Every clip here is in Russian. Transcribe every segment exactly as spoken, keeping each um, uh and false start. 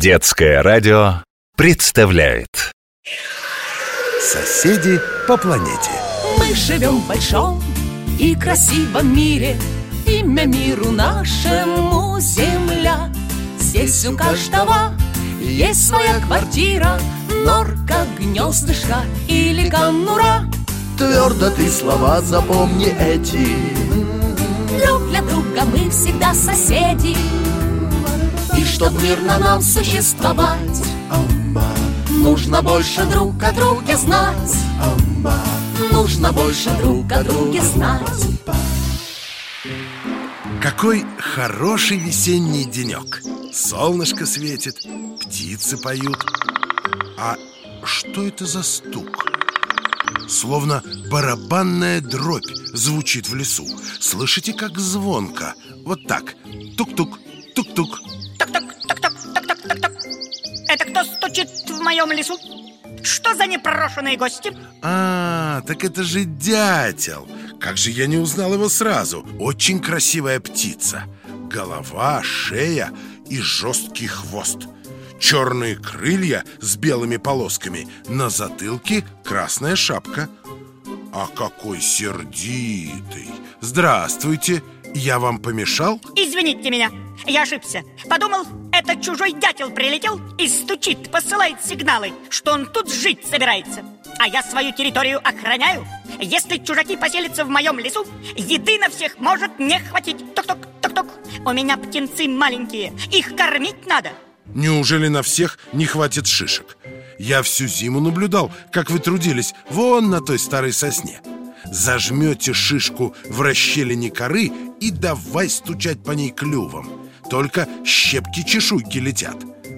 Детское радио представляет Соседи по планете. Мы живем в большом и красивом мире. Имя миру нашему Земля. Здесь у каждого есть своя квартира, норка, гнездышко или конура. Твердо ты слова запомни эти. Друг для друга мы всегда соседи. И чтоб мирно нам существовать, нужно больше друг о друге знать. Нужно больше друг о друге знать. Какой хороший весенний денек. Солнышко светит, птицы поют. А что это за стук? Словно барабанная дробь звучит в лесу. Слышите, как звонко? Вот так. Тук-тук, тук-тук. Тук-тук, тук-тук, тук-тук, тук-тук. Это кто стучит в моем лесу? Что за непрошенные гости? А, так это же дятел. Как же я не узнал его сразу. Очень красивая птица. Голова, шея и жесткий хвост. Черные крылья с белыми полосками. На затылке красная шапка. А какой сердитый! Здравствуйте, я вам помешал? Извините меня, я ошибся. Подумал, это чужой дятел прилетел и стучит, посылает сигналы, что он тут жить собирается. А я свою территорию охраняю. Если чужаки поселятся в моем лесу, еды на всех может не хватить. Тук-тук, тук-тук. У меня птенцы маленькие, их кормить надо. Неужели на всех не хватит шишек? Я всю зиму наблюдал, как вы трудились вон на той старой сосне. Зажмете шишку в расщелине коры и давай стучать по ней клювом. Только щепки-чешуйки летят.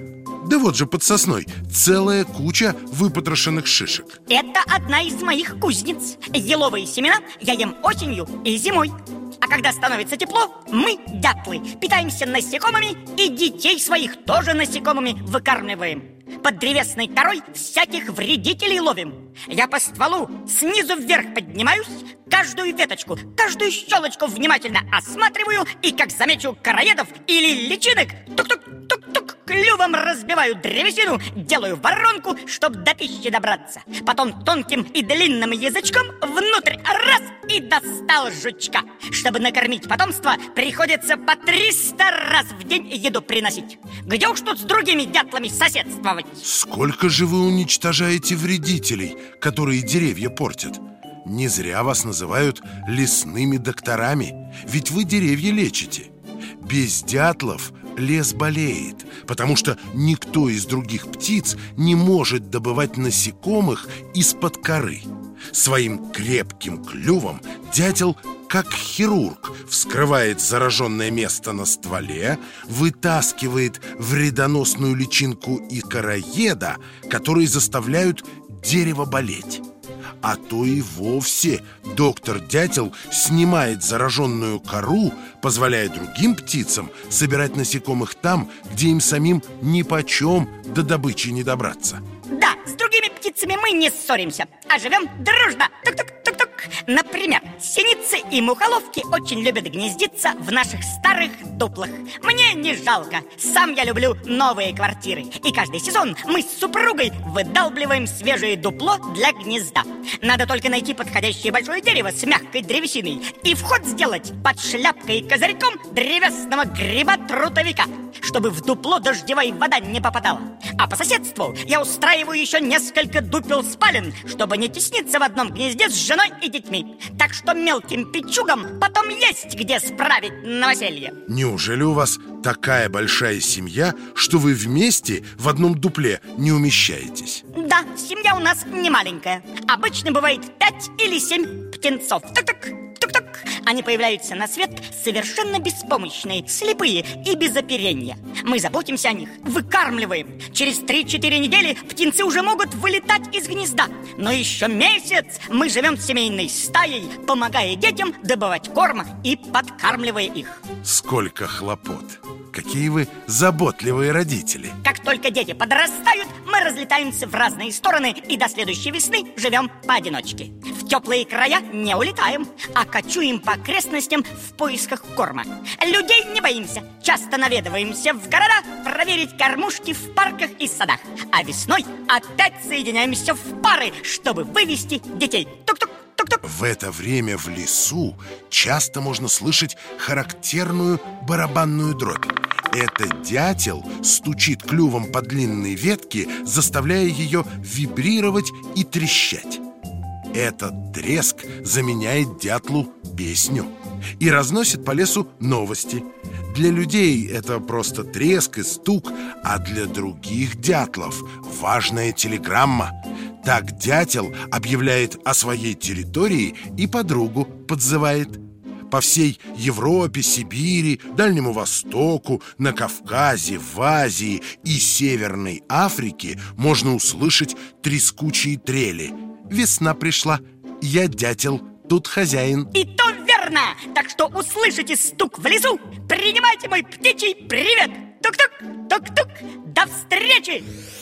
Да вот же под сосной целая куча выпотрошенных шишек. Это одна из моих кузниц. Еловые семена я ем осенью и зимой. А когда становится тепло, мы, дятлы, питаемся насекомыми и детей своих тоже насекомыми выкармливаем. Под древесной корой всяких вредителей ловим. Я по стволу снизу вверх поднимаюсь, каждую веточку, каждую щелочку внимательно осматриваю, и как замечу короедов или личинок, тук-тук-тук-тук, клювом разбиваю древесину, делаю воронку, чтоб до пищи добраться. Потом тонким и длинным язычком внутрь раз и достал жучка. Чтобы накормить потомство, приходится по триста раз в день еду приносить. Где уж тут с другими дятлами соседствовать? Сколько же вы уничтожаете вредителей, которые деревья портят? Не зря вас называют лесными докторами, ведь вы деревья лечите. Без дятлов лес болеет, потому что никто из других птиц не может добывать насекомых из-под коры. Своим крепким клювом дятел, как хирург, вскрывает зараженное место на стволе, вытаскивает вредоносную личинку и короеда, которые заставляют дерево болеть. А то и вовсе доктор-дятел снимает зараженную кору, позволяя другим птицам собирать насекомых там, где им самим нипочем до добычи не добраться. Да, с другими птицами мы не ссоримся, а живем дружно. Тук-тук-тук-тук. Например, синицы и мухоловки очень любят гнездиться в наших старых дуплах. Мне не жалко, сам я люблю новые квартиры. И каждый сезон мы с супругой выдалбливаем свежее дупло для гнезда. Надо только найти подходящее большое дерево с мягкой древесиной и вход сделать под шляпкой и козырьком древесного гриба-трутовика, чтобы в дупло дождевая вода не попадала. А по соседству я устраиваю еще несколько дупел-спален, чтобы не тесниться в одном гнезде с женой и детьми. Так что мелким пичугам потом есть где справить новоселье. Неужели у вас такая большая семья, что вы вместе в одном дупле не умещаетесь? Да, семья у нас не маленькая. Обычно бывает пять или семь птенцов. Тук-тук, тук-тук. Они появляются на свет совершенно беспомощные, слепые и без оперения. Мы заботимся о них, выкармливаем. Через три-четыре недели птенцы уже могут вылетать из гнезда. Но еще месяц мы живем семейной стаей, помогая детям добывать корм и подкармливая их. Сколько хлопот! Какие вы заботливые родители! Как только только дети подрастают, мы разлетаемся в разные стороны и до следующей весны живем поодиночке. В теплые края не улетаем, а кочуем по окрестностям в поисках корма. Людей не боимся, часто наведываемся в города проверить кормушки в парках и садах. А весной опять соединяемся в пары, чтобы вывести детей. Тук-тук. В это время в лесу часто можно слышать характерную барабанную дробь. Это дятел стучит клювом по длинной ветке, заставляя ее вибрировать и трещать. Этот треск заменяет дятлу песню и разносит по лесу новости. Для людей это просто треск и стук, а для других дятлов важная телеграмма. Так дятел объявляет о своей территории и подругу подзывает. По всей Европе, Сибири, Дальнему Востоку, на Кавказе, в Азии и Северной Африке можно услышать трескучие трели. Весна пришла, я дятел, тут хозяин. И то верно! Так что услышите стук в лесу, принимайте мой птичий привет! Тук-тук, тук-тук, до встречи!